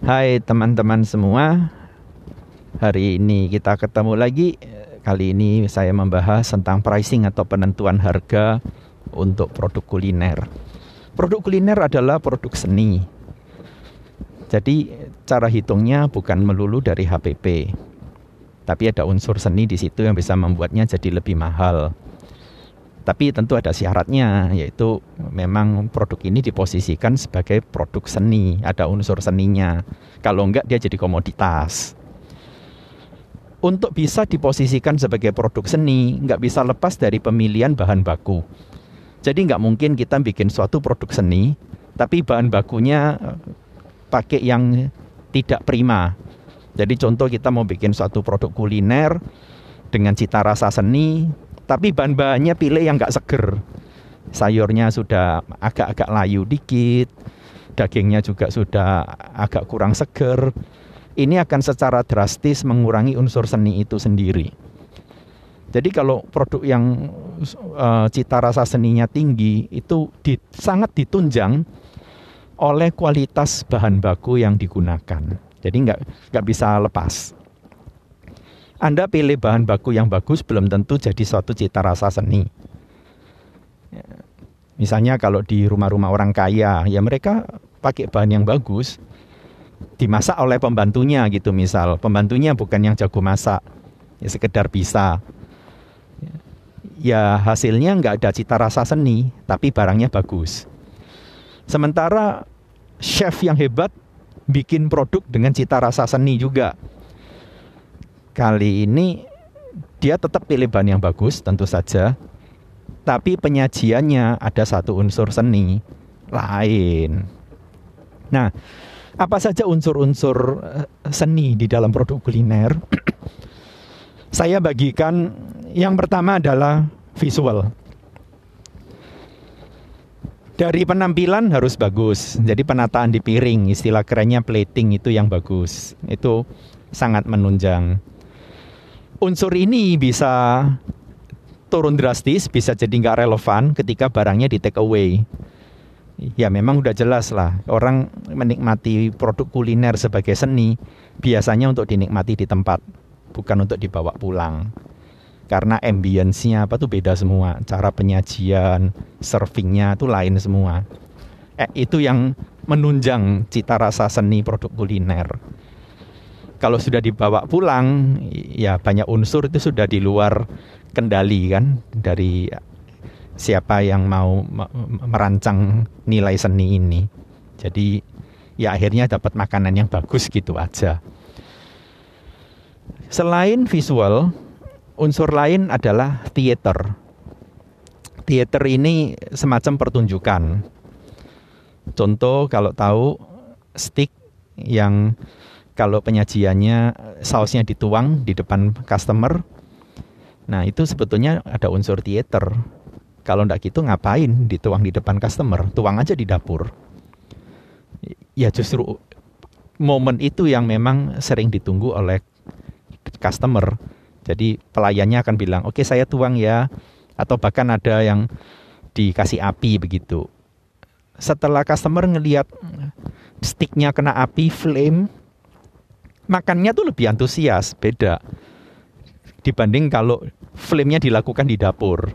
Hai teman-teman semua, hari ini kita ketemu lagi. Kali ini saya membahas tentang pricing atau penentuan harga untuk produk kuliner. Produk kuliner adalah produk seni. Jadi cara hitungnya bukan melulu dari HPP, tapi ada unsur seni di situ yang bisa membuatnya jadi lebih mahal. Tapi tentu ada syaratnya, yaitu memang produk ini diposisikan sebagai produk seni, ada unsur seninya. Kalau enggak dia jadi komoditas. Untuk bisa diposisikan sebagai produk seni, enggak bisa lepas dari pemilihan bahan baku. Jadi enggak mungkin kita bikin suatu produk seni, tapi bahan bakunya pakai yang tidak prima. Jadi contoh kita mau bikin suatu produk kuliner dengan cita rasa seni, tapi bahan-bahannya pilih yang nggak seger. Sayurnya sudah agak-agak layu dikit, dagingnya juga sudah agak kurang seger. Ini akan secara drastis mengurangi unsur seni itu sendiri. Jadi kalau produk yang cita rasa seninya tinggi, itu sangat ditunjang oleh kualitas bahan baku yang digunakan. Jadi nggak bisa lepas. Anda pilih bahan baku yang bagus belum tentu jadi suatu cita rasa seni. Misalnya kalau di rumah-rumah orang kaya, ya mereka pakai bahan yang bagus, dimasak oleh pembantunya gitu misal. Pembantunya bukan yang jago masak, ya sekedar bisa. Ya hasilnya nggak ada cita rasa seni, tapi barangnya bagus. Sementara chef yang hebat bikin produk dengan cita rasa seni juga. Kali ini dia tetap pilih bahan yang bagus tentu saja, tapi penyajiannya ada satu unsur seni lain. Nah, apa saja unsur-unsur seni di dalam produk kuliner? Saya bagikan yang pertama adalah visual. Dari penampilan harus bagus. Jadi penataan di piring, istilah kerennya plating itu yang bagus. Itu sangat menunjang. Unsur ini bisa turun drastis, bisa jadi nggak relevan ketika barangnya di take away. Ya memang udah jelas lah, orang menikmati produk kuliner sebagai seni biasanya untuk dinikmati di tempat, bukan untuk dibawa pulang. Karena ambience-nya tuh beda semua, cara penyajian, servingnya tuh lain semua. Itu yang menunjang cita rasa seni produk kuliner. Kalau sudah dibawa pulang, ya banyak unsur itu sudah di luar kendali kan dari siapa yang mau merancang nilai seni ini. Jadi ya akhirnya dapat makanan yang bagus gitu aja. Selain visual, unsur lain adalah theater. Theater ini semacam pertunjukan. Contoh kalau tahu steak yang kalau penyajiannya sausnya dituang di depan customer, nah itu sebetulnya ada unsur theater. Kalau enggak gitu ngapain dituang di depan customer, tuang aja di dapur. Ya justru momen itu yang memang sering ditunggu oleh customer. Jadi pelayannya akan bilang, oke saya tuang ya. Atau bahkan ada yang dikasih api begitu. Setelah customer ngelihat sticknya kena api, flame, makannya tuh lebih antusias, beda dibanding kalau flame-nya dilakukan di dapur.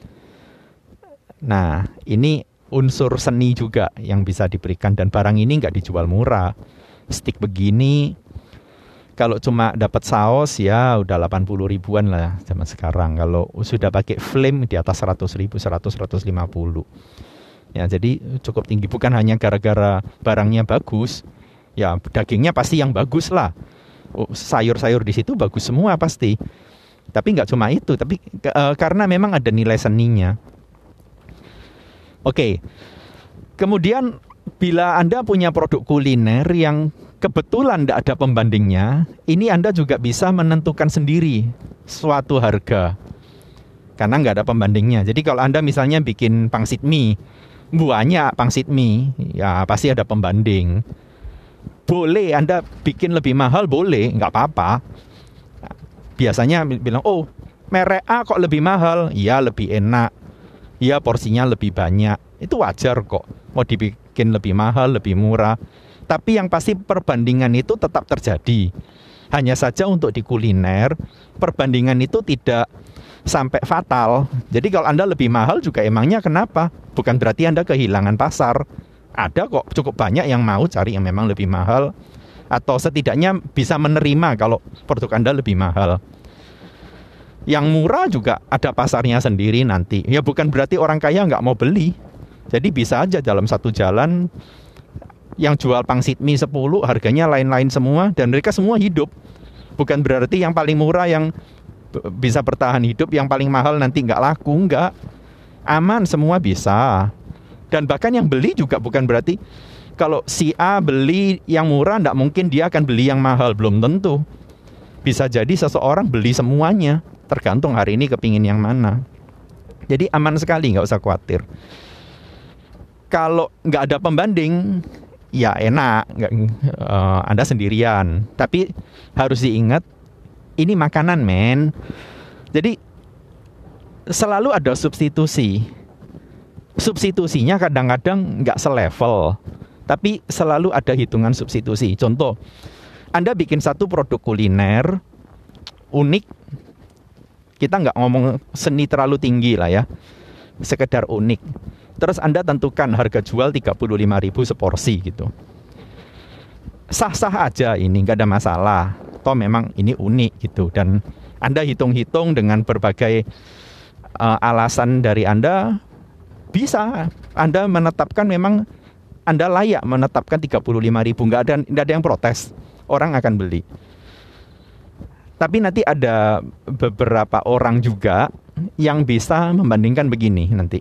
Nah, ini unsur seni juga yang bisa diberikan, dan barang ini nggak dijual murah. Stick begini, kalau cuma dapat saus ya udah 80 ribuan lah zaman sekarang. Kalau sudah pakai flame di atas 100 ribu, 100-150. Ya, jadi cukup tinggi, bukan hanya gara-gara barangnya bagus. Ya dagingnya pasti yang bagus lah, sayur-sayur di situ bagus semua pasti. Tapi nggak cuma itu, tapi karena memang ada nilai seninya. Oke. Kemudian bila Anda punya produk kuliner yang kebetulan tidak ada pembandingnya, ini Anda juga bisa menentukan sendiri suatu harga karena nggak ada pembandingnya. Jadi kalau Anda misalnya bikin pangsit mie, banyak pangsit mie, ya pasti ada pembanding. Boleh Anda bikin lebih mahal, boleh, nggak apa-apa. Biasanya bilang, oh merek A kok lebih mahal, ya lebih enak, ya porsinya lebih banyak. Itu wajar kok, mau dibikin lebih mahal, lebih murah. Tapi yang pasti perbandingan itu tetap terjadi. Hanya saja untuk di kuliner, perbandingan itu tidak sampai fatal. Jadi kalau Anda lebih mahal juga emangnya kenapa? Bukan berarti Anda kehilangan pasar. Ada kok cukup banyak yang mau cari yang memang lebih mahal, atau setidaknya bisa menerima kalau produk Anda lebih mahal. Yang murah juga ada pasarnya sendiri nanti. Ya bukan berarti orang kaya nggak mau beli. Jadi bisa aja dalam satu jalan yang jual pangsit mie 10 harganya lain-lain semua dan mereka semua hidup. Bukan berarti yang paling murah yang bisa bertahan hidup, yang paling mahal nanti nggak laku, nggak. Aman, semua bisa. Dan bahkan yang beli juga bukan berarti kalau si A beli yang murah nggak mungkin dia akan beli yang mahal, belum tentu. Bisa jadi seseorang beli semuanya, tergantung hari ini kepingin yang mana. Jadi aman sekali, nggak usah khawatir. Kalau nggak ada pembanding, ya enak, Anda sendirian. Tapi harus diingat, ini makanan men. Jadi selalu ada substitusi. Substitusinya kadang-kadang nggak selevel, tapi selalu ada hitungan substitusi. Contoh, Anda bikin satu produk kuliner unik. Kita nggak ngomong seni terlalu tinggi lah ya, sekedar unik. Terus Anda tentukan harga jual 35.000 seporsi gitu. Sah-sah aja ini, nggak ada masalah. Toh memang ini unik gitu. Dan Anda hitung-hitung dengan berbagai alasan dari Anda, bisa Anda menetapkan memang Anda layak menetapkan 35.000. Nggak ada yang protes. Orang akan beli. Tapi nanti ada beberapa orang juga yang bisa membandingkan begini nanti.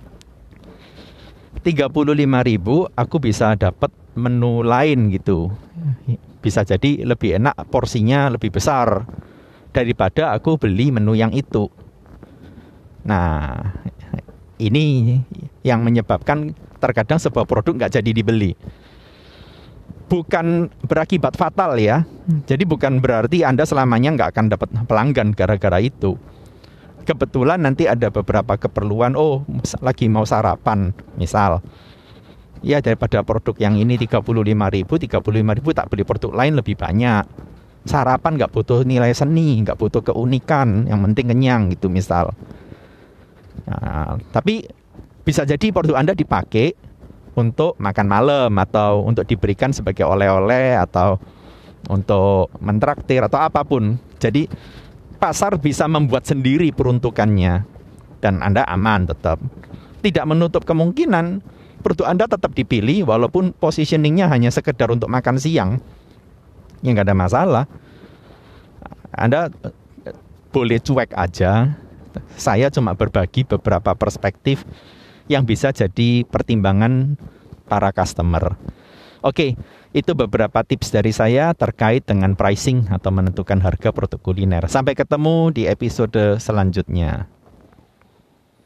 35.000 aku bisa dapat menu lain gitu. Bisa jadi lebih enak, porsinya lebih besar daripada aku beli menu yang itu. Nah, ini yang menyebabkan terkadang sebuah produk nggak jadi dibeli. Bukan berakibat fatal ya. Jadi bukan berarti Anda selamanya nggak akan dapat pelanggan gara-gara itu. Kebetulan nanti ada beberapa keperluan, lagi mau sarapan misal. Ya daripada produk yang ini 35.000 tak beli produk lain lebih banyak. Sarapan nggak butuh nilai seni, nggak butuh keunikan, yang penting kenyang gitu misal. Nah, tapi bisa jadi produk Anda dipakai untuk makan malam atau untuk diberikan sebagai oleh-oleh atau untuk mentraktir atau apapun. Jadi pasar bisa membuat sendiri peruntukannya dan Anda aman tetap. Tidak menutup kemungkinan produk Anda tetap dipilih walaupun positioningnya hanya sekedar untuk makan siang. Ya nggak ada masalah. Anda boleh cuek aja. Saya cuma berbagi beberapa perspektif yang bisa jadi pertimbangan para customer. Oke, itu beberapa tips dari saya terkait dengan pricing atau menentukan harga produk kuliner. Sampai ketemu di episode selanjutnya.